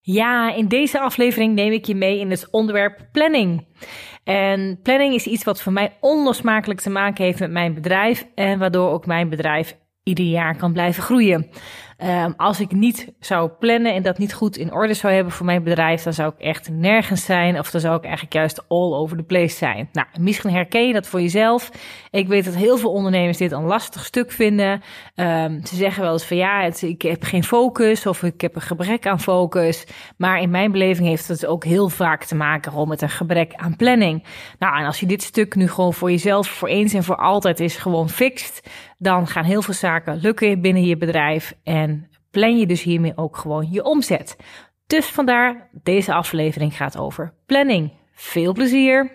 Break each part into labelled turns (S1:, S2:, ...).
S1: Ja, in deze aflevering neem ik je mee in het onderwerp planning. En planning is iets wat voor mij onlosmakelijk te maken heeft met mijn bedrijf en waardoor ook mijn bedrijf ieder jaar kan blijven groeien. Als ik niet zou plannen en dat niet goed in orde zou hebben voor mijn bedrijf, dan zou ik echt nergens zijn of dan zou ik eigenlijk juist all over the place zijn. Nou, misschien herken je dat voor jezelf. Ik weet dat heel veel ondernemers dit een lastig stuk vinden. Ze zeggen wel eens van ik heb geen focus of ik heb een gebrek aan focus. Maar in mijn beleving heeft het ook heel vaak te maken gewoon met een gebrek aan planning. Nou, en als je dit stuk nu gewoon voor jezelf voor eens en voor altijd is gewoon fixt, dan gaan heel veel zaken lukken binnen je bedrijf en plan je dus hiermee ook gewoon je omzet. Dus vandaar, deze aflevering gaat over planning. Veel plezier!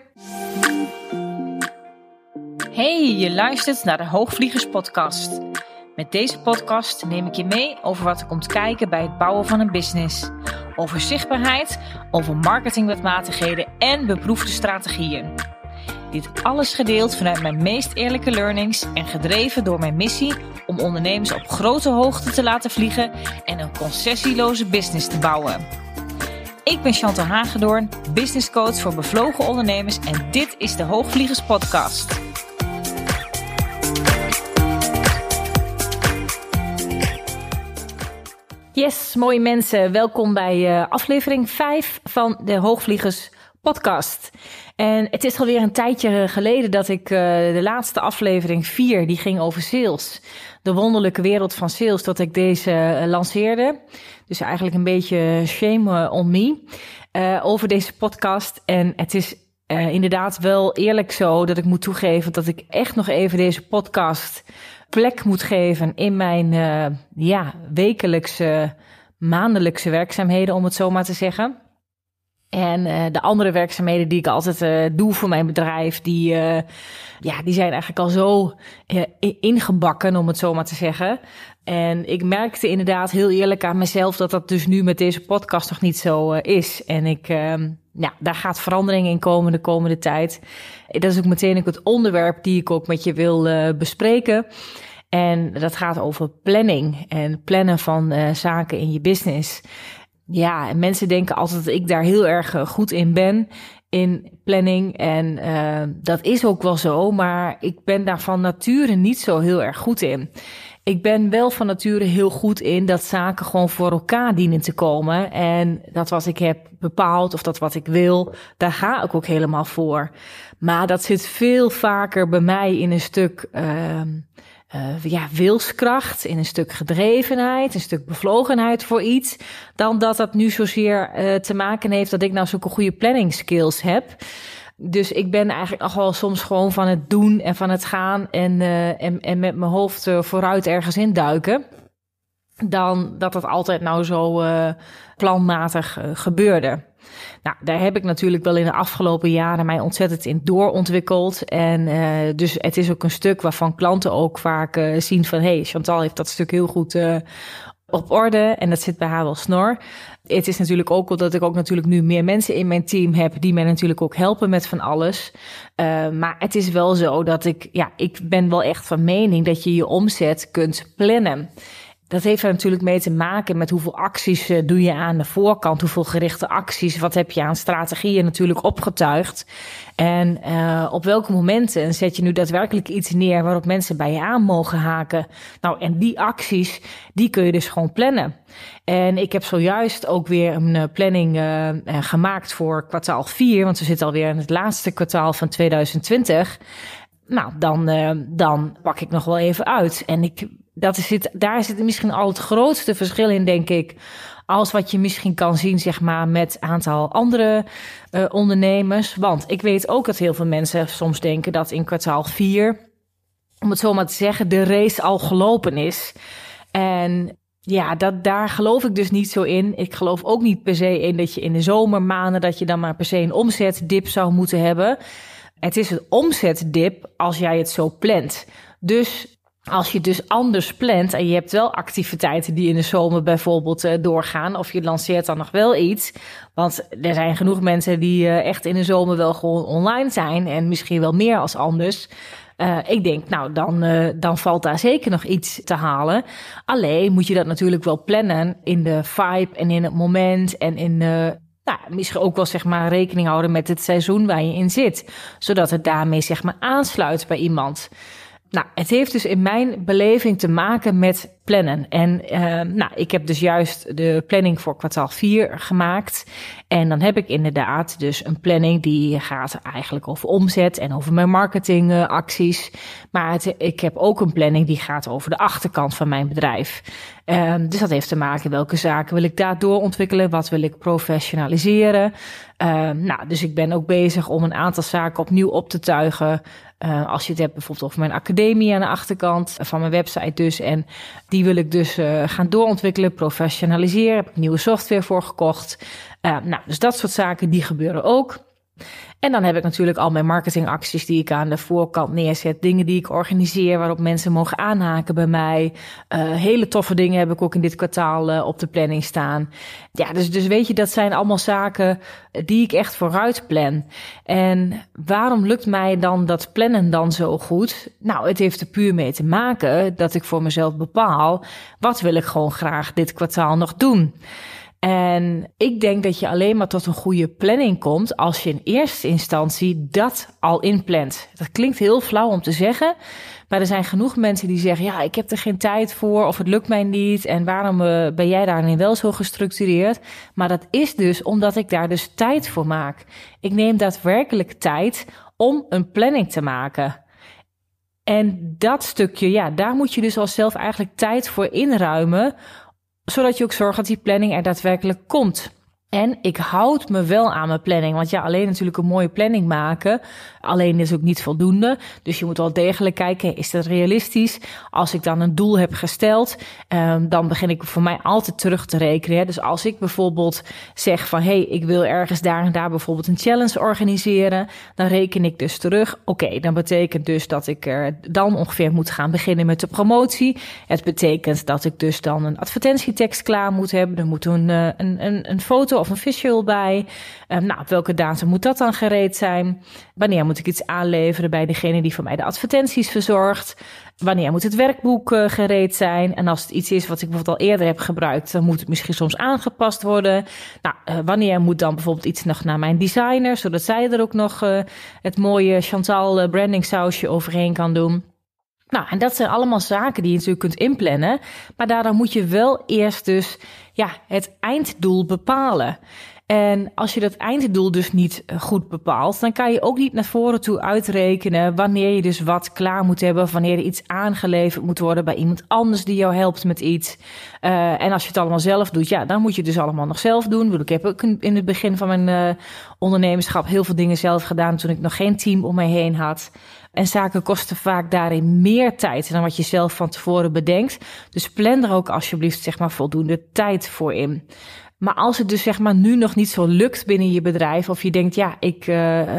S1: Hey, je luistert naar de Hoogvliegers podcast. Met deze podcast neem ik je mee over wat er komt kijken bij het bouwen van een business. Over zichtbaarheid, over marketingwetmatigheden en beproefde strategieën. Dit alles gedeeld vanuit mijn meest eerlijke learnings en gedreven door mijn missie om ondernemers op grote hoogte te laten vliegen en een concessieloze business te bouwen. Ik ben Chantal Hagedoorn, business coach voor bevlogen ondernemers en dit is de Hoogvliegers podcast. Yes, mooie mensen, welkom bij aflevering 5 van de Hoogvliegers podcast. En het is alweer een tijdje geleden dat ik de laatste aflevering 4, die ging over sales. De wonderlijke wereld van sales, dat ik deze lanceerde. Dus eigenlijk een beetje shame on me over deze podcast. En het is inderdaad wel eerlijk zo dat ik moet toegeven dat ik echt nog even deze podcast plek moet geven in mijn wekelijkse, maandelijkse werkzaamheden, om het zo maar te zeggen. En de andere werkzaamheden die ik altijd doe voor mijn bedrijf, die zijn eigenlijk al zo ingebakken, om het zo maar te zeggen. En ik merkte inderdaad heel eerlijk aan mezelf dat dat dus nu met deze podcast nog niet zo is. En daar gaat verandering in komen de komende tijd. Dat is ook meteen ook het onderwerp die ik ook met je wil bespreken. En dat gaat over planning en plannen van zaken in je business. Ja, en mensen denken altijd dat ik daar heel erg goed in ben, in planning. En dat is ook wel zo, maar ik ben daar van nature niet zo heel erg goed in. Ik ben wel van nature heel goed in dat zaken gewoon voor elkaar dienen te komen. En dat wat ik heb bepaald of dat wat ik wil, daar ga ik ook helemaal voor. Maar dat zit veel vaker bij mij in een stuk wilskracht, in een stuk gedrevenheid, een stuk bevlogenheid voor iets, dan dat dat nu zozeer te maken heeft dat ik nou zulke goede planning skills heb. Dus ik ben eigenlijk nog wel soms gewoon van het doen en van het gaan en met mijn hoofd vooruit ergens induiken, dan dat het altijd nou zo planmatig gebeurde. Nou, daar heb ik natuurlijk wel in de afgelopen jaren mij ontzettend in doorontwikkeld. En dus het is ook een stuk waarvan klanten ook vaak zien van, hey, Chantal heeft dat stuk heel goed op orde en dat zit bij haar wel snor. Het is natuurlijk ook omdat ik ook natuurlijk nu meer mensen in mijn team heb die mij natuurlijk ook helpen met van alles. Maar het is wel zo dat ik ben wel echt van mening dat je je omzet kunt plannen. Dat heeft er natuurlijk mee te maken met hoeveel acties doe je aan de voorkant, hoeveel gerichte acties, wat heb je aan strategieën natuurlijk opgetuigd. En op welke momenten zet je nu daadwerkelijk iets neer waarop mensen bij je aan mogen haken. Nou, en die acties, die kun je dus gewoon plannen. En ik heb zojuist ook weer een planning gemaakt voor kwartaal 4, want we zitten alweer in het laatste kwartaal van 2020. Nou, dan pak ik nog wel even uit. En daar zit misschien al het grootste verschil in, denk ik, als wat je misschien kan zien, zeg maar, met een aantal andere ondernemers. Want ik weet ook dat heel veel mensen soms denken dat in kwartaal 4, om het zo maar te zeggen, de race al gelopen is. En ja, daar geloof ik dus niet zo in. Ik geloof ook niet per se in dat je in de zomermaanden, dat je dan maar per se een omzetdip zou moeten hebben. Het is een omzetdip als jij het zo plant. Dus als je dus anders plant en je hebt wel activiteiten die in de zomer bijvoorbeeld doorgaan, of je lanceert dan nog wel iets. Want er zijn genoeg mensen die echt in de zomer wel gewoon online zijn en misschien wel meer als anders. Ik denk, nou, dan valt daar zeker nog iets te halen. Alleen moet je dat natuurlijk wel plannen in de vibe en in het moment en in misschien ook wel zeg maar rekening houden met het seizoen waar je in zit. Zodat het daarmee zeg maar aansluit bij iemand. Nou, het heeft dus in mijn beleving te maken met plannen. En ik heb dus juist de planning voor kwartaal 4 gemaakt. En dan heb ik inderdaad dus een planning die gaat eigenlijk over omzet en over mijn marketingacties. Maar ik heb ook een planning die gaat over de achterkant van mijn bedrijf. Dus dat heeft te maken welke zaken wil ik daar doorontwikkelen, wat wil ik professionaliseren. Dus ik ben ook bezig om een aantal zaken opnieuw op te tuigen. Als je het hebt bijvoorbeeld over mijn academie aan de achterkant van mijn website dus. En die wil ik dus gaan doorontwikkelen, professionaliseren. Heb ik nieuwe software voor gekocht. Dus dat soort zaken die gebeuren ook. En dan heb ik natuurlijk al mijn marketingacties die ik aan de voorkant neerzet. Dingen die ik organiseer waarop mensen mogen aanhaken bij mij. Hele toffe dingen heb ik ook in dit kwartaal op de planning staan. Ja, dus weet je, dat zijn allemaal zaken die ik echt vooruit plan. En waarom lukt mij dan dat plannen dan zo goed? Nou, het heeft er puur mee te maken dat ik voor mezelf bepaal, wat wil ik gewoon graag dit kwartaal nog doen? En ik denk dat je alleen maar tot een goede planning komt als je in eerste instantie dat al inplant. Dat klinkt heel flauw om te zeggen, maar er zijn genoeg mensen die zeggen, ja, ik heb er geen tijd voor of het lukt mij niet en waarom ben jij daarin wel zo gestructureerd? Maar dat is dus omdat ik daar dus tijd voor maak. Ik neem daadwerkelijk tijd om een planning te maken. En dat stukje, ja, daar moet je dus al zelf eigenlijk tijd voor inruimen, zodat je ook zorgt dat die planning er daadwerkelijk komt. En ik houd me wel aan mijn planning. Want ja, alleen natuurlijk een mooie planning maken, alleen is ook niet voldoende. Dus je moet wel degelijk kijken, is dat realistisch? Als ik dan een doel heb gesteld, dan begin ik voor mij altijd terug te rekenen. Hè. Dus als ik bijvoorbeeld zeg van, ik wil ergens daar en daar bijvoorbeeld een challenge organiseren, dan reken ik dus terug. Oké, dan betekent dus dat ik er dan ongeveer moet gaan beginnen met de promotie. Het betekent dat ik dus dan een advertentietekst klaar moet hebben. Er moet een foto of een visual bij. Op welke datum moet dat dan gereed zijn? Wanneer moet ik iets aanleveren bij degene die voor mij de advertenties verzorgt? Wanneer moet het werkboek gereed zijn? En als het iets is wat ik bijvoorbeeld al eerder heb gebruikt, dan moet het misschien soms aangepast worden. Wanneer moet dan bijvoorbeeld iets nog naar mijn designer, zodat zij er ook nog het mooie Chantal branding sausje overheen kan doen? En dat zijn allemaal zaken die je natuurlijk kunt inplannen. Maar daardoor moet je wel eerst dus het einddoel bepalen. En als je dat einddoel dus niet goed bepaalt, dan kan je ook niet naar voren toe uitrekenen wanneer je dus wat klaar moet hebben, of wanneer er iets aangeleverd moet worden bij iemand anders die jou helpt met iets. En als je het allemaal zelf doet, dan moet je het dus allemaal nog zelf doen. Ik heb ook in het begin van mijn ondernemerschap heel veel dingen zelf gedaan toen ik nog geen team om mij heen had. En zaken kosten vaak daarin meer tijd dan wat je zelf van tevoren bedenkt. Dus plan er ook alsjeblieft voldoende tijd voor in. Maar als het dus nu nog niet zo lukt binnen je bedrijf, of je denkt, ik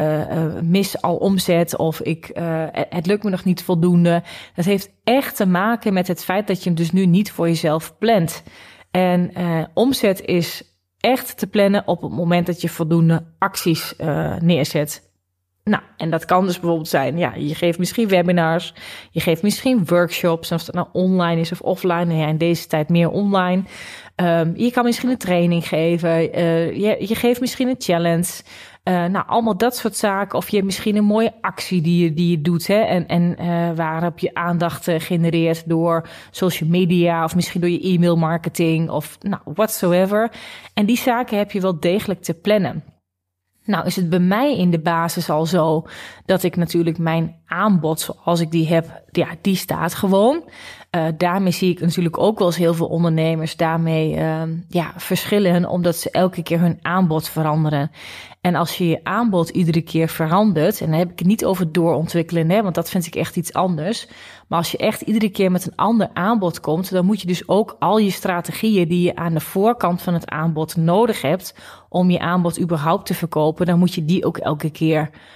S1: mis al omzet, of het lukt me nog niet voldoende. Dat heeft echt te maken met het feit dat je hem dus nu niet voor jezelf plant. En omzet is echt te plannen op het moment dat je voldoende acties neerzet. En dat kan dus bijvoorbeeld zijn, je geeft misschien webinars, je geeft misschien workshops, of dat nou online is of offline. In deze tijd meer online. Je kan misschien een training geven, je geeft misschien een challenge. Allemaal dat soort zaken. Of je hebt misschien een mooie actie die je doet, hè, en waarop je aandacht genereert door social media, of misschien door je e-mail marketing, of whatsoever. En die zaken heb je wel degelijk te plannen. Is het bij mij in de basis al zo dat ik natuurlijk mijn aanbod zoals ik die heb, die staat gewoon. Daarmee zie ik natuurlijk ook wel eens heel veel ondernemers daarmee verschillen, omdat ze elke keer hun aanbod veranderen. En als je je aanbod iedere keer verandert, en dan heb ik het niet over doorontwikkelen, hè, want dat vind ik echt iets anders. Maar als je echt iedere keer met een ander aanbod komt, dan moet je dus ook al je strategieën die je aan de voorkant van het aanbod nodig hebt om je aanbod überhaupt te verkopen, dan moet je die ook elke keer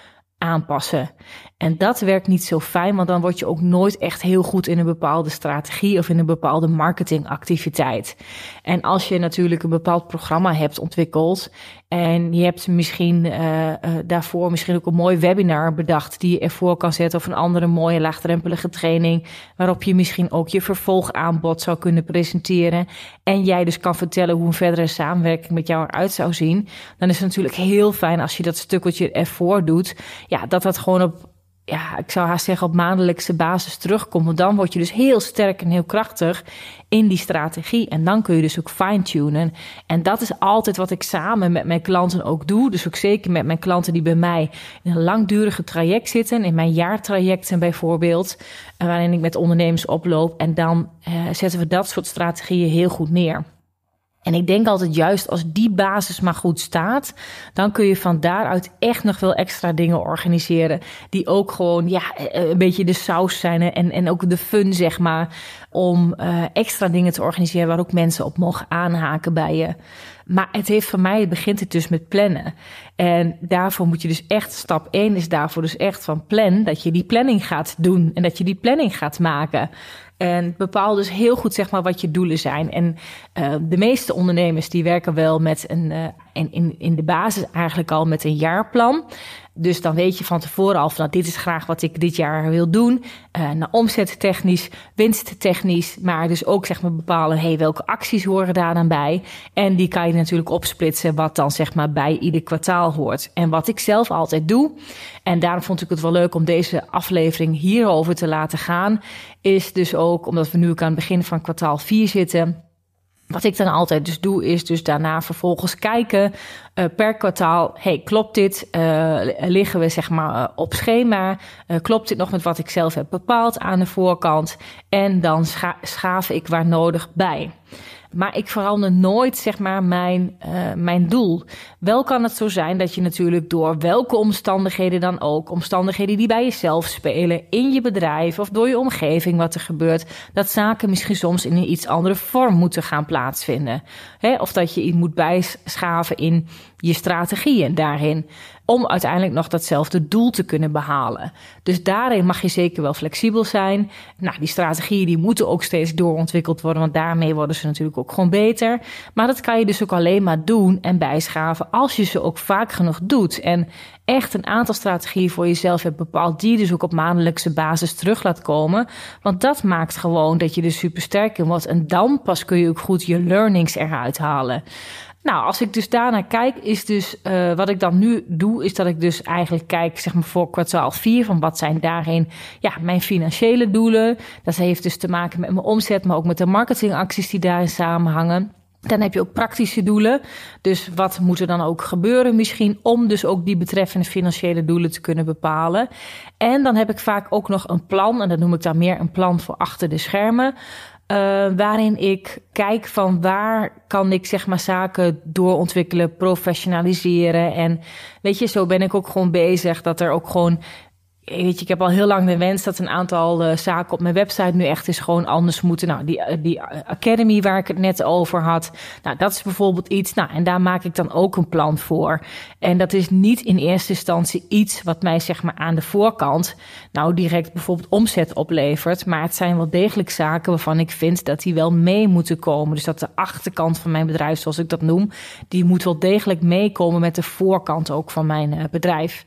S1: aanpassen. En dat werkt niet zo fijn, want dan word je ook nooit echt heel goed in een bepaalde strategie of in een bepaalde marketingactiviteit. En als je natuurlijk een bepaald programma hebt ontwikkeld en je hebt misschien daarvoor misschien ook een mooi webinar bedacht die je ervoor kan zetten of een andere mooie laagdrempelige training waarop je misschien ook je vervolgaanbod zou kunnen presenteren en jij dus kan vertellen hoe een verdere samenwerking met jou eruit zou zien, dan is het natuurlijk heel fijn als je dat stuk wat je ervoor doet, ja, dat gewoon op, ja, ik zou haast zeggen op maandelijkse basis terugkomt. Want dan word je dus heel sterk en heel krachtig in die strategie. En dan kun je dus ook fine-tunen. En dat is altijd wat ik samen met mijn klanten ook doe. Dus ook zeker met mijn klanten die bij mij in een langdurige traject zitten. In mijn jaartrajecten bijvoorbeeld. Waarin ik met ondernemers oploop. En dan zetten we dat soort strategieën heel goed neer. En ik denk altijd juist als die basis maar goed staat, dan kun je van daaruit echt nog veel extra dingen organiseren. Die ook gewoon een beetje de saus zijn en ook de fun, zeg maar. Om extra dingen te organiseren waar ook mensen op mogen aanhaken bij je. Maar het begint het dus met plannen. En daarvoor moet je dus echt, stap 1 is daarvoor dus echt van plan, dat je die planning gaat doen en dat je die planning gaat maken. En bepaal dus heel goed, zeg maar, wat je doelen zijn. En de meeste ondernemers die werken wel met in de basis eigenlijk al met een jaarplan. Dus dan weet je van tevoren al van, dit is graag wat ik dit jaar wil doen. Omzettechnisch, winsttechnisch, maar dus ook, zeg maar, bepalen, welke acties horen daar dan bij. En die kan je natuurlijk opsplitsen wat dan, zeg maar, bij ieder kwartaal hoort. En wat ik zelf altijd doe, en daarom vond ik het wel leuk om deze aflevering hierover te laten gaan, is dus ook, omdat we nu ook aan het begin van kwartaal 4 zitten, wat ik dan altijd dus doe, is dus daarna vervolgens kijken per kwartaal. Klopt dit? Liggen we, zeg maar, op schema? Klopt dit nog met wat ik zelf heb bepaald aan de voorkant? En dan schaaf ik waar nodig bij. Maar ik verander nooit, zeg maar, mijn doel. Wel kan het zo zijn dat je natuurlijk door welke omstandigheden dan ook, omstandigheden die bij jezelf spelen, in je bedrijf of door je omgeving wat er gebeurt, dat zaken misschien soms in een iets andere vorm moeten gaan plaatsvinden. Of dat je iets moet bijschaven in je strategieën daarin, om uiteindelijk nog datzelfde doel te kunnen behalen. Dus daarin mag je zeker wel flexibel zijn. Nou, die strategieën die moeten ook steeds doorontwikkeld worden, want daarmee worden ze natuurlijk ook gewoon beter. Maar dat kan je dus ook alleen maar doen en bijschaven als je ze ook vaak genoeg doet. En echt een aantal strategieën voor jezelf hebt bepaald, die je dus ook op maandelijkse basis terug laat komen. Want dat maakt gewoon dat je er super sterk in wordt. En dan pas kun je ook goed je learnings eruit halen. Nou, als ik dus daarnaar kijk, is dus wat ik dan nu doe, is dat ik dus eigenlijk kijk, zeg maar, voor kwartaal 4, van wat zijn daarin mijn financiële doelen. Dat heeft dus te maken met mijn omzet, maar ook met de marketingacties die daarin samenhangen. Dan heb je ook praktische doelen. Dus wat moet er dan ook gebeuren misschien om dus ook die betreffende financiële doelen te kunnen bepalen. En dan heb ik vaak ook nog een plan, en dat noem ik dan meer een plan voor achter de schermen. Waarin ik kijk van waar kan ik, zeg maar, zaken doorontwikkelen, professionaliseren. En weet je, zo ben ik ook gewoon bezig dat er ook gewoon, weet je, ik heb al heel lang de wens dat een aantal zaken op mijn website nu echt eens gewoon anders moeten. Nou, die Academy waar ik het net over had, nou, dat is bijvoorbeeld iets. Nou, en daar maak ik dan ook een plan voor. En dat is niet in eerste instantie iets wat mij, zeg maar, aan de voorkant nou direct bijvoorbeeld omzet oplevert. Maar het zijn wel degelijk zaken waarvan ik vind dat die wel mee moeten komen. Dus dat de achterkant van mijn bedrijf, zoals ik dat noem, die moet wel degelijk meekomen met de voorkant ook van mijn bedrijf.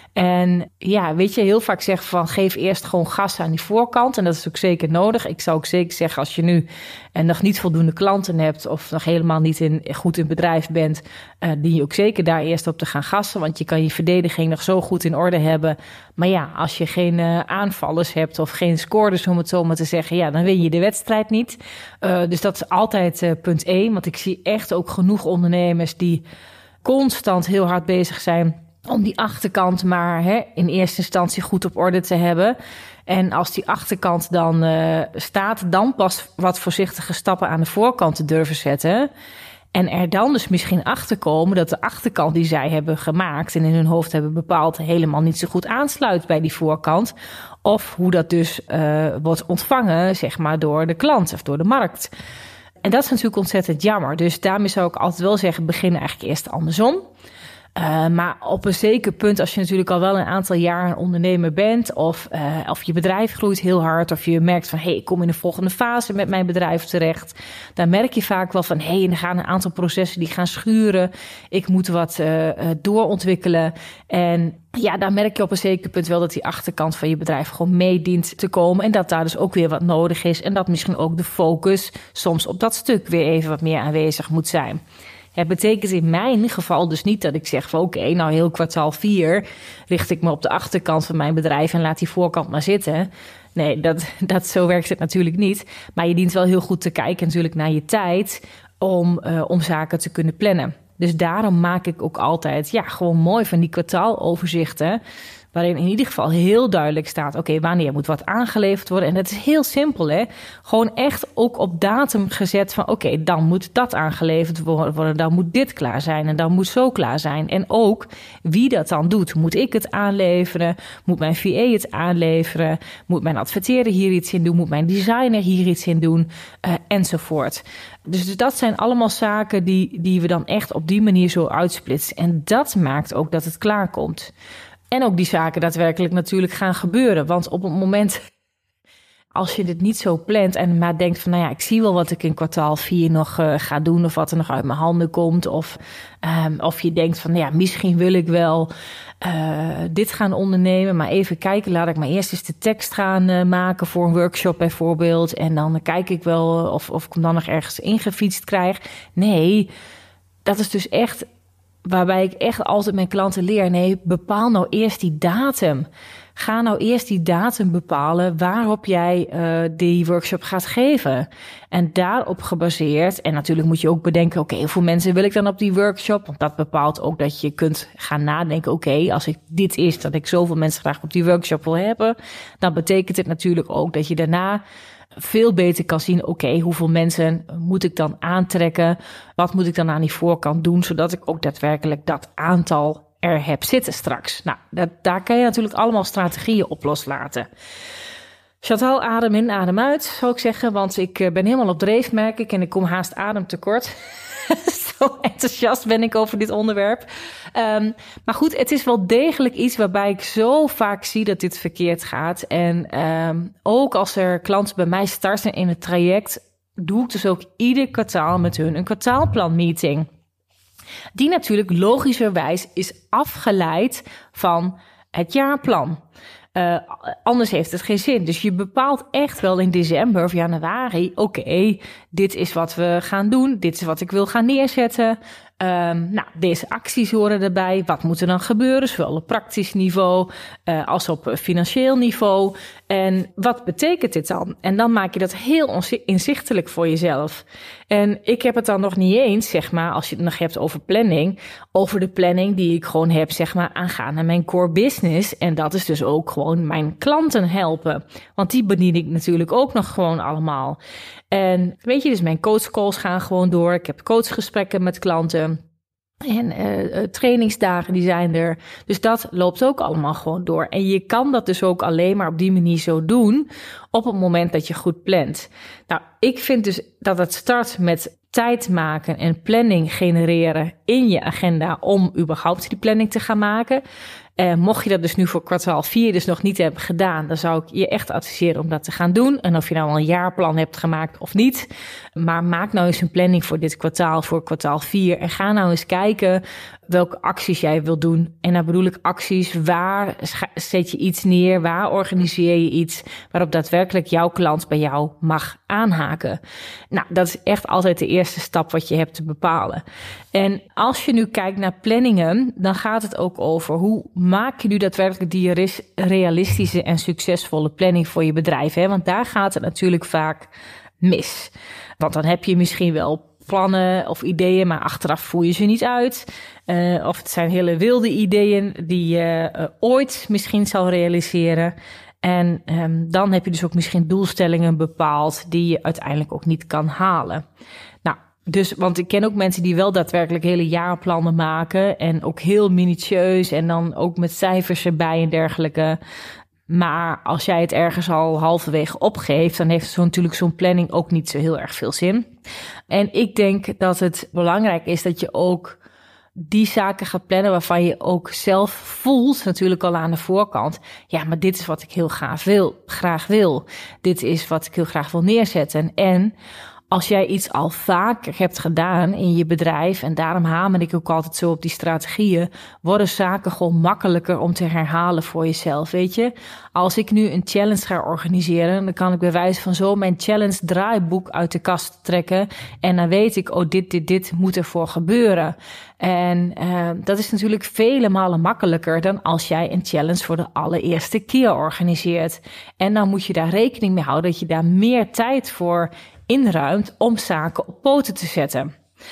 S1: En ja, weet je, heel vaak zeggen van geef eerst gewoon gas aan die voorkant. En dat is ook zeker nodig. Ik zou ook zeker zeggen, als je nu nog niet voldoende klanten hebt of nog helemaal niet goed in bedrijf bent, dien je ook zeker daar eerst op te gaan gassen. Want je kan je verdediging nog zo goed in orde hebben. Maar ja, als je geen aanvallers hebt of geen scorers, om het zo maar te zeggen, ja, dan win je de wedstrijd niet. Dus dat is altijd punt 1. Want ik zie echt ook genoeg ondernemers die constant heel hard bezig zijn om die achterkant maar in eerste instantie goed op orde te hebben. En als die achterkant dan staat, dan pas wat voorzichtige stappen aan de voorkant te durven zetten. En er dan dus misschien achter komen dat de achterkant die zij hebben gemaakt en in hun hoofd hebben bepaald helemaal niet zo goed aansluit bij die voorkant. Of hoe dat dus wordt ontvangen, zeg maar, door de klant of door de markt. En dat is natuurlijk ontzettend jammer. Dus daarmee zou ik altijd wel zeggen, begin eigenlijk eerst andersom. Maar op een zeker punt, als je natuurlijk al wel een aantal jaar een ondernemer bent, of je bedrijf groeit heel hard, of je merkt van ik kom in de volgende fase met mijn bedrijf terecht, dan merk je vaak wel van er gaan een aantal processen die gaan schuren. Ik moet wat doorontwikkelen. En ja, dan merk je op een zeker punt wel dat die achterkant van je bedrijf gewoon mee dient te komen. En dat daar dus ook weer wat nodig is. En dat misschien ook de focus soms op dat stuk weer even wat meer aanwezig moet zijn. Het betekent in mijn geval dus niet dat ik zeg van nou heel kwartaal 4 richt ik me op de achterkant van mijn bedrijf en laat die voorkant maar zitten. Nee, zo werkt het natuurlijk niet. Maar je dient wel heel goed te kijken natuurlijk naar je tijd om zaken te kunnen plannen. Dus daarom maak ik ook altijd gewoon mooi van die kwartaaloverzichten, waarin in ieder geval heel duidelijk staat, wanneer moet wat aangeleverd worden. En dat is heel simpel, hè. Gewoon echt ook op datum gezet van, dan moet dat aangeleverd worden, dan moet dit klaar zijn en dan moet zo klaar zijn. En ook wie dat dan doet. Moet ik het aanleveren? Moet mijn VA het aanleveren? Moet mijn adverteerder hier iets in doen? Moet mijn designer hier iets in doen? Enzovoort. Dus dat zijn allemaal zaken die we dan echt op die manier zo uitsplitsen. En dat maakt ook dat het klaar komt. En ook die zaken daadwerkelijk natuurlijk gaan gebeuren. Want op het moment, als je dit niet zo plant en maar denkt van, ik zie wel wat ik in kwartaal 4 nog ga doen, of wat er nog uit mijn handen komt. Of je denkt van, misschien wil ik wel dit gaan ondernemen, maar even kijken, laat ik maar eerst eens de tekst gaan maken voor een workshop bijvoorbeeld. En dan kijk ik wel of ik hem dan nog ergens ingefietst krijg. Nee, dat is dus echt waarbij ik echt altijd mijn klanten leer, nee, bepaal nou eerst die datum. Ga nou eerst die datum bepalen waarop jij die workshop gaat geven. En daarop gebaseerd, en natuurlijk moet je ook bedenken, hoeveel mensen wil ik dan op die workshop? Want dat bepaalt ook dat je kunt gaan nadenken, als ik dit is, dat ik zoveel mensen graag op die workshop wil hebben, dan betekent het natuurlijk ook dat je daarna veel beter kan zien, hoeveel mensen moet ik dan aantrekken? Wat moet ik dan aan die voorkant doen, zodat ik ook daadwerkelijk dat aantal er heb zitten straks? Nou, daar kan je natuurlijk allemaal strategieën op loslaten. Chantal, adem in, adem uit, zou ik zeggen, want ik ben helemaal op dreef, merk ik, en ik kom haast ademtekort. Zo enthousiast ben ik over dit onderwerp. Maar goed, het is wel degelijk iets waarbij ik zo vaak zie dat dit verkeerd gaat. En ook als er klanten bij mij starten in het traject, doe ik dus ook ieder kwartaal met hun een kwartaalplanmeeting. Die natuurlijk logischerwijs is afgeleid van het jaarplan. Anders heeft het geen zin. Dus je bepaalt echt wel in december of januari, dit is wat we gaan doen. Dit is wat ik wil gaan neerzetten. Deze acties horen erbij. Wat moet er dan gebeuren? Zowel op praktisch niveau als op financieel niveau. En wat betekent dit dan? En dan maak je dat heel inzichtelijk voor jezelf. En ik heb het dan nog niet eens, als je het nog hebt over planning, over de planning die ik gewoon heb, aangaande mijn core business. En dat is dus ook gewoon mijn klanten helpen. Want die bedien ik natuurlijk ook nog gewoon allemaal. En weet je, dus mijn coachcalls gaan gewoon door. Ik heb coachgesprekken met klanten. En trainingsdagen die zijn er. Dus dat loopt ook allemaal gewoon door. En je kan dat dus ook alleen maar op die manier zo doen op het moment dat je goed plant. Nou, ik vind dus dat het start met tijd maken en planning genereren in je agenda om überhaupt die planning te gaan maken. Mocht je dat dus nu voor kwartaal 4 dus nog niet hebben gedaan, dan zou ik je echt adviseren om dat te gaan doen. En of je nou al een jaarplan hebt gemaakt of niet. Maar maak nou eens een planning voor dit kwartaal, voor kwartaal 4. En ga nou eens kijken welke acties jij wil doen. En dan bedoel ik acties, waar zet je iets neer, waar organiseer je iets, waarop daadwerkelijk jouw klant bij jou mag aanhaken. Nou, dat is echt altijd de eerste stap wat je hebt te bepalen. En als je nu kijkt naar planningen, dan gaat het ook over hoe maak je nu daadwerkelijk die realistische en succesvolle planning voor je bedrijf. Hè? Want daar gaat het natuurlijk vaak mis. Want dan heb je misschien wel plannen of ideeën, maar achteraf voer je ze niet uit. Of het zijn hele wilde ideeën die je ooit misschien zal realiseren. En dan heb je dus ook misschien doelstellingen bepaald die je uiteindelijk ook niet kan halen. Nou, dus, want ik ken ook mensen die wel daadwerkelijk hele jaarplannen maken en ook heel minutieus en dan ook met cijfers erbij en dergelijke. Maar als jij het ergens al halverwege opgeeft, dan heeft natuurlijk zo'n planning ook niet zo heel erg veel zin. En ik denk dat het belangrijk is dat je ook die zaken gaat plannen waarvan je ook zelf voelt, natuurlijk al aan de voorkant. Ja, maar dit is wat ik heel graag wil. Dit is wat ik heel graag wil neerzetten. En als jij iets al vaker hebt gedaan in je bedrijf, en daarom hamer ik ook altijd zo op die strategieën, worden zaken gewoon makkelijker om te herhalen voor jezelf, weet je. Als ik nu een challenge ga organiseren, dan kan ik bij wijze van zo mijn challenge draaiboek uit de kast trekken. En dan weet ik, dit moet ervoor gebeuren. En dat is natuurlijk vele malen makkelijker dan als jij een challenge voor de allereerste keer organiseert. En dan moet je daar rekening mee houden dat je daar meer tijd voor inruimt om zaken op poten te zetten.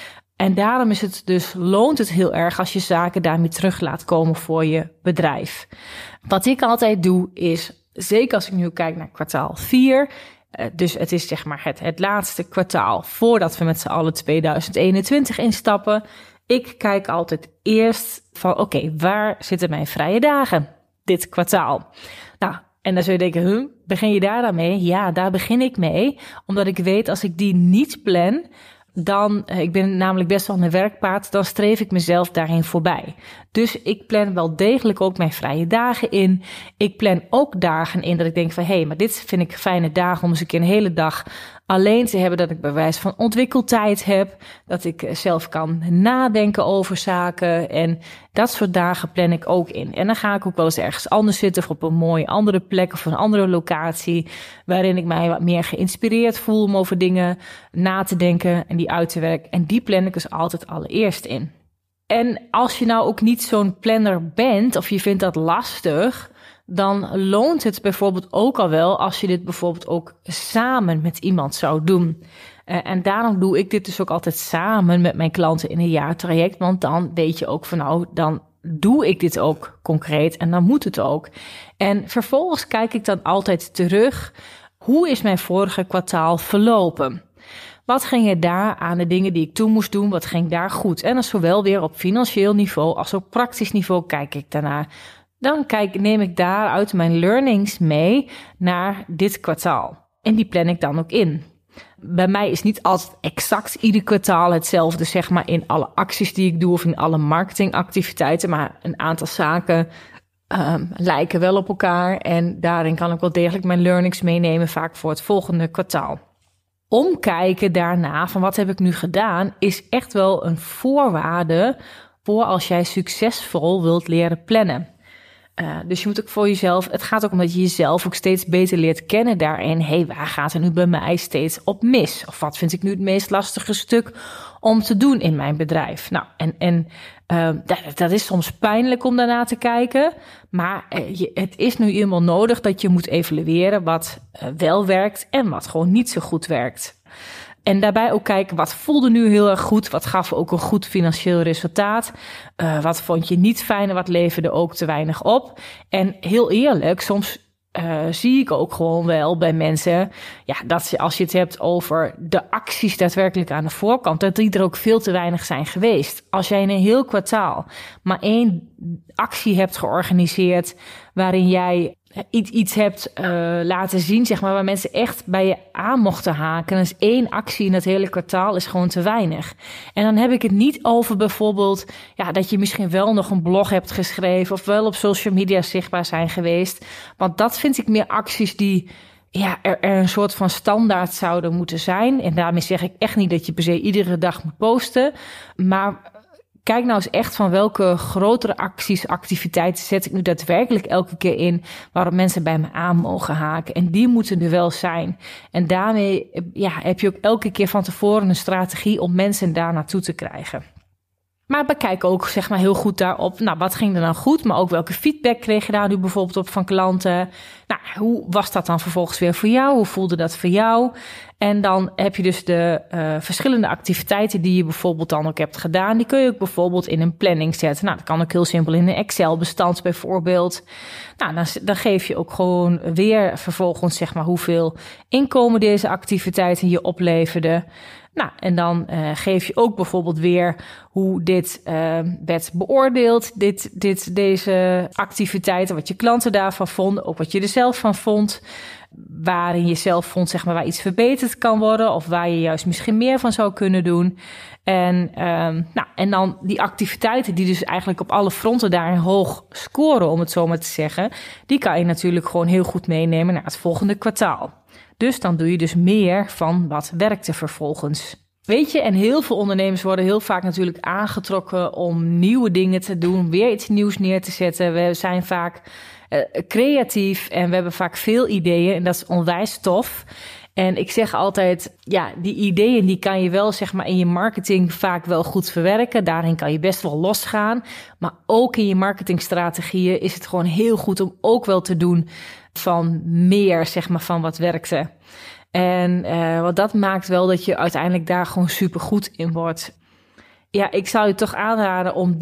S1: En daarom loont het heel erg als je zaken daarmee terug laat komen voor je bedrijf. Wat ik altijd doe is, zeker als ik nu kijk naar kwartaal 4... dus het is zeg maar het laatste kwartaal voordat we met z'n allen 2021 instappen. Ik kijk altijd eerst van oké, waar zitten mijn vrije dagen dit kwartaal? Nou, en dan zul je denken, begin je daar dan mee? Ja, daar begin ik mee. Omdat ik weet, als ik die niet plan, dan, ik ben namelijk best wel een werkpaard, dan streef ik mezelf daarin voorbij. Dus ik plan wel degelijk ook mijn vrije dagen in. Ik plan ook dagen in dat ik denk van, maar dit vind ik fijne dagen om eens een keer een hele dag alleen te hebben. Dat ik bij wijze van ontwikkeltijd heb. Dat ik zelf kan nadenken over zaken. En dat soort dagen plan ik ook in. En dan ga ik ook wel eens ergens anders zitten of op een mooie andere plek of een andere locatie, waarin ik mij wat meer geïnspireerd voel om over dingen na te denken en die uit te werken. En die plan ik dus altijd allereerst in. En als je nou ook niet zo'n planner bent of je vindt dat lastig, dan loont het bijvoorbeeld ook al wel als je dit bijvoorbeeld ook samen met iemand zou doen. En daarom doe ik dit dus ook altijd samen met mijn klanten in een jaartraject. Want dan weet je ook van dan doe ik dit ook concreet en dan moet het ook. En vervolgens kijk ik dan altijd terug, hoe is mijn vorige kwartaal verlopen? Wat ging er daar aan de dingen die ik toen moest doen, wat ging daar goed? En dan zowel weer op financieel niveau als op praktisch niveau kijk ik daarnaar. Dan neem ik daaruit mijn learnings mee naar dit kwartaal. En die plan ik dan ook in. Bij mij is niet altijd exact ieder kwartaal hetzelfde, zeg maar in alle acties die ik doe of in alle marketingactiviteiten. Maar een aantal zaken lijken wel op elkaar. En daarin kan ik wel degelijk mijn learnings meenemen, vaak voor het volgende kwartaal. Omkijken daarna van wat heb ik nu gedaan, is echt wel een voorwaarde voor als jij succesvol wilt leren plannen. Dus je moet ook voor jezelf, het gaat ook om dat je jezelf ook steeds beter leert kennen daarin. Waar gaat er nu bij mij steeds op mis? Of wat vind ik nu het meest lastige stuk om te doen in mijn bedrijf? Nou, dat is soms pijnlijk om daarna te kijken. Maar het is nu eenmaal nodig dat je moet evalueren wat wel werkt en wat gewoon niet zo goed werkt. En daarbij ook kijken, wat voelde nu heel erg goed? Wat gaf ook een goed financieel resultaat? Wat vond je niet fijn en wat leverde ook te weinig op? En heel eerlijk, soms zie ik ook gewoon wel bij mensen, dat als je het hebt over de acties daadwerkelijk aan de voorkant, dat die er ook veel te weinig zijn geweest. Als jij in een heel kwartaal maar 1 actie hebt georganiseerd waarin jij iets hebt laten zien, zeg maar, waar mensen echt bij je aan mochten haken. Dus 1 actie in het hele kwartaal is gewoon te weinig. En dan heb ik het niet over bijvoorbeeld dat je misschien wel nog een blog hebt geschreven of wel op social media zichtbaar zijn geweest. Want dat vind ik meer acties die er een soort van standaard zouden moeten zijn. En daarmee zeg ik echt niet dat je per se iedere dag moet posten. Maar kijk nou eens echt van welke grotere acties, activiteiten zet ik nu daadwerkelijk elke keer in waarop mensen bij me aan mogen haken. En die moeten er wel zijn. En daarmee heb je ook elke keer van tevoren een strategie om mensen daar naartoe te krijgen. Maar bekijk ook zeg maar heel goed daarop, wat ging er dan goed? Maar ook welke feedback kreeg je daar nu bijvoorbeeld op van klanten? Hoe was dat dan vervolgens weer voor jou? Hoe voelde dat voor jou? En dan heb je dus de verschillende activiteiten die je bijvoorbeeld dan ook hebt gedaan. Die kun je ook bijvoorbeeld in een planning zetten. Dat kan ook heel simpel in een Excel-bestand bijvoorbeeld. Dan geef je ook gewoon weer vervolgens zeg maar hoeveel inkomen deze activiteiten je opleverden. En dan geef je ook bijvoorbeeld weer hoe dit werd beoordeeld, deze activiteiten, wat je klanten daarvan vonden, ook wat je er zelf van vond. waarin je zelf vond, zeg maar, waar iets verbeterd kan worden of waar je juist misschien meer van zou kunnen doen. En dan die activiteiten die dus eigenlijk op alle fronten daarin hoog scoren, om het zo maar te zeggen, die kan je natuurlijk gewoon heel goed meenemen naar het volgende kwartaal. Dus dan doe je dus meer van wat werkte vervolgens. Weet je, en heel veel ondernemers worden heel vaak natuurlijk aangetrokken om nieuwe dingen te doen, weer iets nieuws neer te zetten. We zijn vaak creatief en we hebben vaak veel ideeën en dat is onwijs tof. En ik zeg altijd, ja, die ideeën die kan je wel, zeg maar, in je marketing vaak wel goed verwerken. Daarin kan je best wel losgaan. Maar ook in je marketingstrategieën is het gewoon heel goed om ook wel te doen van meer, zeg maar, van wat werkte. En want dat maakt wel dat je uiteindelijk daar gewoon super goed in wordt. Ja, ik zou je toch aanraden om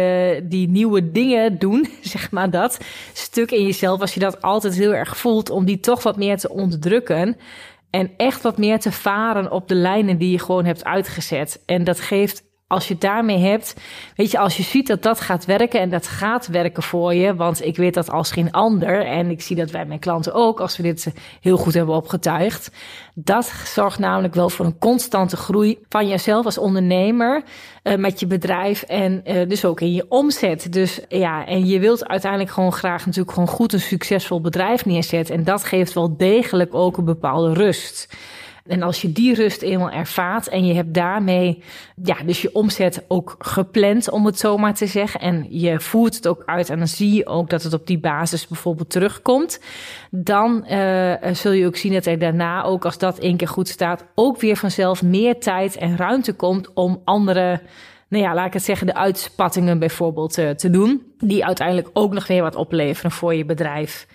S1: die nieuwe dingen doen, zeg maar, dat stuk in jezelf, als je dat altijd heel erg voelt, om die toch wat meer te onderdrukken. En echt wat meer te varen op de lijnen die je gewoon hebt uitgezet. En dat geeft, als je het daarmee hebt, weet je, als je ziet dat dat gaat werken en dat gaat werken voor je, want ik weet dat als geen ander, en ik zie dat bij mijn klanten ook, als we dit heel goed hebben opgetuigd, dat zorgt namelijk wel voor een constante groei van jezelf als ondernemer, met je bedrijf en dus ook in je omzet. Dus ja, en je wilt uiteindelijk gewoon graag natuurlijk gewoon goed een succesvol bedrijf neerzetten. En dat geeft wel degelijk ook een bepaalde rust. En als je die rust eenmaal ervaart en je hebt daarmee, ja, dus je omzet ook gepland, om het zo maar te zeggen, en je voert het ook uit en dan zie je ook dat het op die basis bijvoorbeeld terugkomt, dan zul je ook zien dat er daarna, ook als dat 1 keer goed staat, ook weer vanzelf meer tijd en ruimte komt om andere, nou ja, laat ik het zeggen, de uitspattingen bijvoorbeeld te doen, die uiteindelijk ook nog weer wat opleveren voor je bedrijf.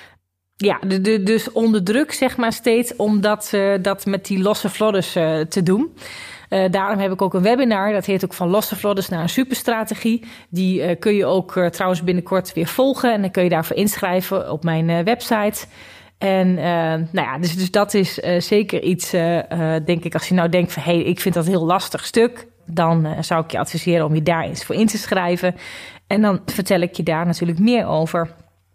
S1: Ja, dus onder druk, zeg maar, steeds om dat met die losse vlodders te doen. Daarom heb ik ook een webinar, dat heet ook van losse vlodders naar een superstrategie. Die kun je ook trouwens binnenkort weer volgen en dan kun je daarvoor inschrijven op mijn website. En nou ja, dus dat is zeker iets, denk ik, als je nou denkt van hey, ik vind dat een heel lastig stuk, dan zou ik je adviseren om je daar eens voor in te schrijven. En dan vertel ik je daar natuurlijk meer over.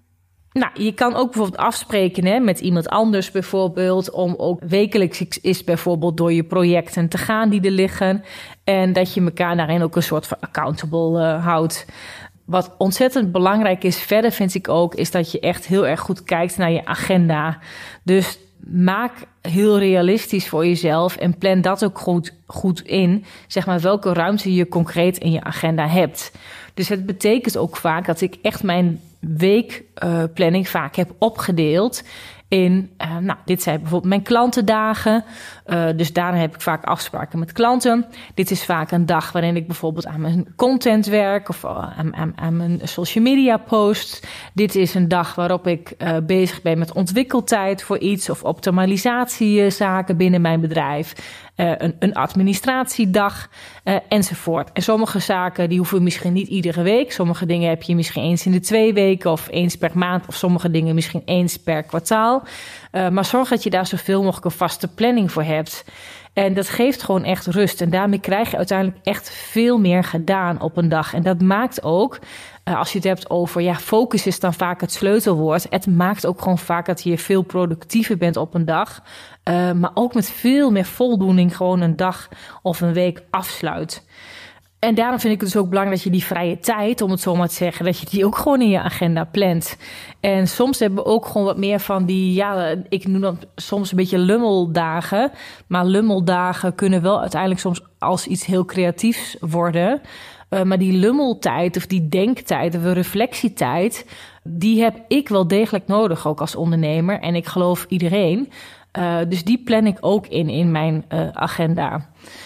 S1: Nou, je kan ook bijvoorbeeld afspreken met iemand anders bijvoorbeeld, om ook wekelijks is bijvoorbeeld door je projecten te gaan die er liggen. En dat je elkaar daarin ook een soort van accountable houdt. Wat ontzettend belangrijk is verder, vind ik ook, is dat je echt heel erg goed kijkt naar je agenda. Dus maak heel realistisch voor jezelf en plan dat ook goed in, zeg maar, welke ruimte je concreet in je agenda hebt. Dus het betekent ook vaak dat ik echt mijn weekplanning vaak heb opgedeeld in, dit zijn bijvoorbeeld mijn klantendagen. Dus daarna heb ik vaak afspraken met klanten. Dit is vaak een dag waarin ik bijvoorbeeld aan mijn content werk of aan mijn social media posts. Dit is een dag waarop ik bezig ben met ontwikkeltijd voor iets of optimalisatiezaken binnen mijn bedrijf. Een administratiedag enzovoort. En sommige zaken die hoeven misschien niet iedere week. Sommige dingen heb je misschien eens in de 2 weken of eens per maand. Of sommige dingen misschien eens per kwartaal. Maar zorg dat je daar zoveel mogelijk een vaste planning voor hebt. En dat geeft gewoon echt rust. En daarmee krijg je uiteindelijk echt veel meer gedaan op een dag. En dat maakt ook, als je het hebt over, ja, focus is dan vaak het sleutelwoord. Het maakt ook gewoon vaak dat je veel productiever bent op een dag. Maar ook met veel meer voldoening gewoon een dag of een week afsluit. En daarom vind ik het dus ook belangrijk dat je die vrije tijd, om het zo maar te zeggen, dat je die ook gewoon in je agenda plant. En soms hebben we ook gewoon wat meer van die, ja, ik noem dat soms een beetje lummeldagen. Maar lummeldagen kunnen wel uiteindelijk soms als iets heel creatiefs worden. Maar die lummeltijd of die denktijd of reflectietijd, die heb ik wel degelijk nodig, ook als ondernemer. En ik geloof iedereen. Dus die plan ik ook in mijn agenda.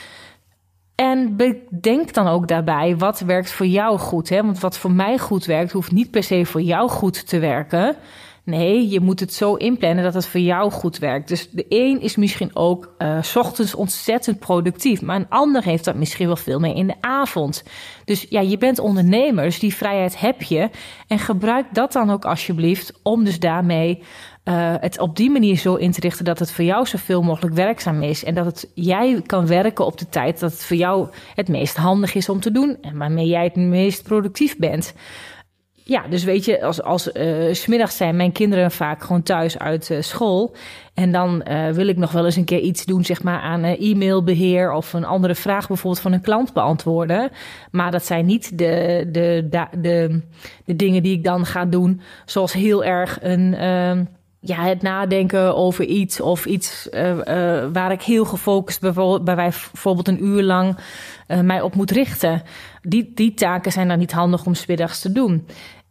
S1: En bedenk dan ook daarbij, wat werkt voor jou goed? Hè? Want wat voor mij goed werkt, hoeft niet per se voor jou goed te werken. Nee, je moet het zo inplannen dat het voor jou goed werkt. Dus de een is misschien ook 's ochtends ontzettend productief. Maar een ander heeft dat misschien wel veel meer in de avond. Dus ja, je bent ondernemer, dus die vrijheid heb je. En gebruik dat dan ook alsjeblieft om dus daarmee het op die manier zo in te richten dat het voor jou zoveel mogelijk werkzaam is. En dat jij kan werken op de tijd dat het voor jou het meest handig is om te doen. En waarmee jij het meest productief bent. Dus weet je, als 's middags zijn mijn kinderen vaak gewoon thuis uit school. En dan wil ik nog wel eens een keer iets doen, zeg maar, aan e-mailbeheer of een andere vraag bijvoorbeeld van een klant beantwoorden. Maar dat zijn niet de dingen die ik dan ga doen, zoals heel erg het nadenken over iets of iets waar ik heel gefocust bijvoorbeeld een uur lang mij op moet richten. Die taken zijn dan niet handig om 's middags te doen.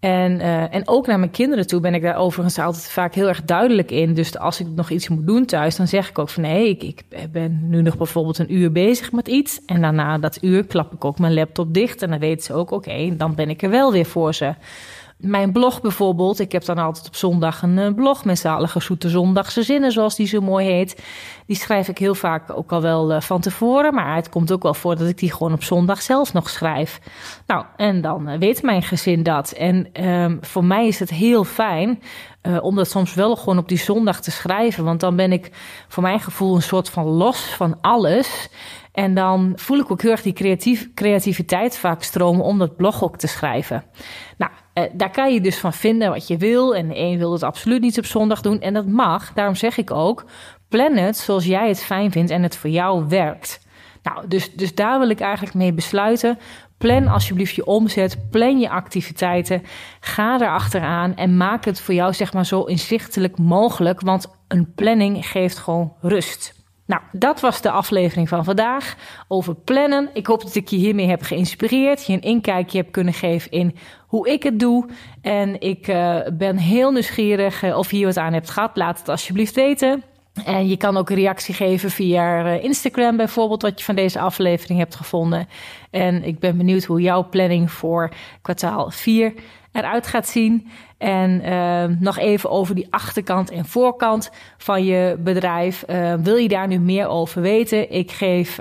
S1: En ook naar mijn kinderen toe ben ik daar overigens altijd vaak heel erg duidelijk in. Dus als ik nog iets moet doen thuis, dan zeg ik ook van nee, ik ben nu nog bijvoorbeeld een uur bezig met iets. En daarna dat uur klap ik ook mijn laptop dicht. En dan weten ze ook, oké, dan ben ik er wel weer voor ze. Mijn blog bijvoorbeeld, ik heb dan altijd op zondag een blog met zalige zoete zondagse zinnen, zoals die zo mooi heet. Die schrijf ik heel vaak ook al wel van tevoren, maar het komt ook wel voor dat ik die gewoon op zondag zelf nog schrijf. Nou, en dan weet mijn gezin dat. En voor mij is het heel fijn om dat soms wel gewoon op die zondag te schrijven, want dan ben ik voor mijn gevoel een soort van los van alles. En dan voel ik ook heel erg die creativiteit vaak stromen om dat blog ook te schrijven. Nou, daar kan je dus van vinden wat je wil. En de een wil het absoluut niet op zondag doen. En dat mag. Daarom zeg ik ook, plan het zoals jij het fijn vindt en het voor jou werkt. Nou, dus daar wil ik eigenlijk mee besluiten. Plan alsjeblieft je omzet, plan je activiteiten. Ga erachteraan en maak het voor jou zeg maar zo inzichtelijk mogelijk. Want een planning geeft gewoon rust. Nou, dat was de aflevering van vandaag over plannen. Ik hoop dat ik je hiermee heb geïnspireerd, je een inkijkje heb kunnen geven in hoe ik het doe. En ik ben heel nieuwsgierig of je hier wat aan hebt gehad. Laat het alsjeblieft weten. En je kan ook een reactie geven via Instagram bijvoorbeeld, wat je van deze aflevering hebt gevonden. En ik ben benieuwd hoe jouw planning voor kwartaal 4 eruit gaat zien. En nog even over die achterkant en voorkant van je bedrijf. Wil je daar nu meer over weten? Ik geef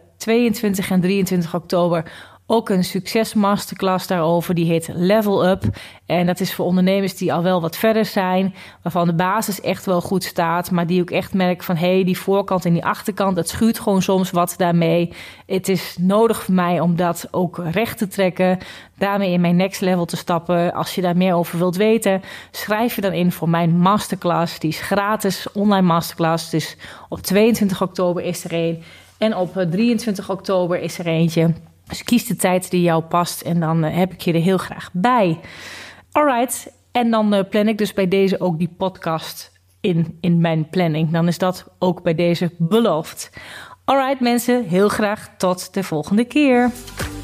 S1: 22 en 23 oktober ook een succesmasterclass daarover. Die heet Level Up. En dat is voor ondernemers die al wel wat verder zijn, waarvan de basis echt wel goed staat, maar die ook echt merken van die voorkant en die achterkant, dat schuurt gewoon soms wat daarmee. Het is nodig voor mij om dat ook recht te trekken, daarmee in mijn next level te stappen. Als je daar meer over wilt weten, schrijf je dan in voor mijn masterclass. Die is gratis, online masterclass. Dus op 22 oktober is er een en op 23 oktober is er eentje. Dus kies de tijd die jou past en dan heb ik je er heel graag bij. Alright, en dan plan ik dus bij deze ook die podcast in mijn planning. Dan is dat ook bij deze beloofd. Alright mensen, heel graag tot de volgende keer.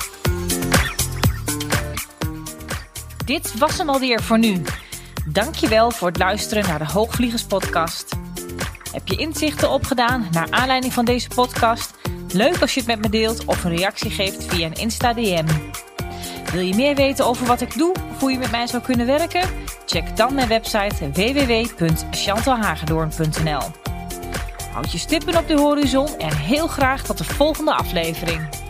S1: Dit was hem alweer voor nu. Dankjewel voor het luisteren naar de Hoogvliegers podcast. Heb je inzichten opgedaan naar aanleiding van deze podcast? Leuk als je het met me deelt of een reactie geeft via een Insta-DM. Wil je meer weten over wat ik doe of hoe je met mij zou kunnen werken? Check dan mijn website www.chantalhagedoorn.nl. Houd je stippen op de horizon en heel graag tot de volgende aflevering.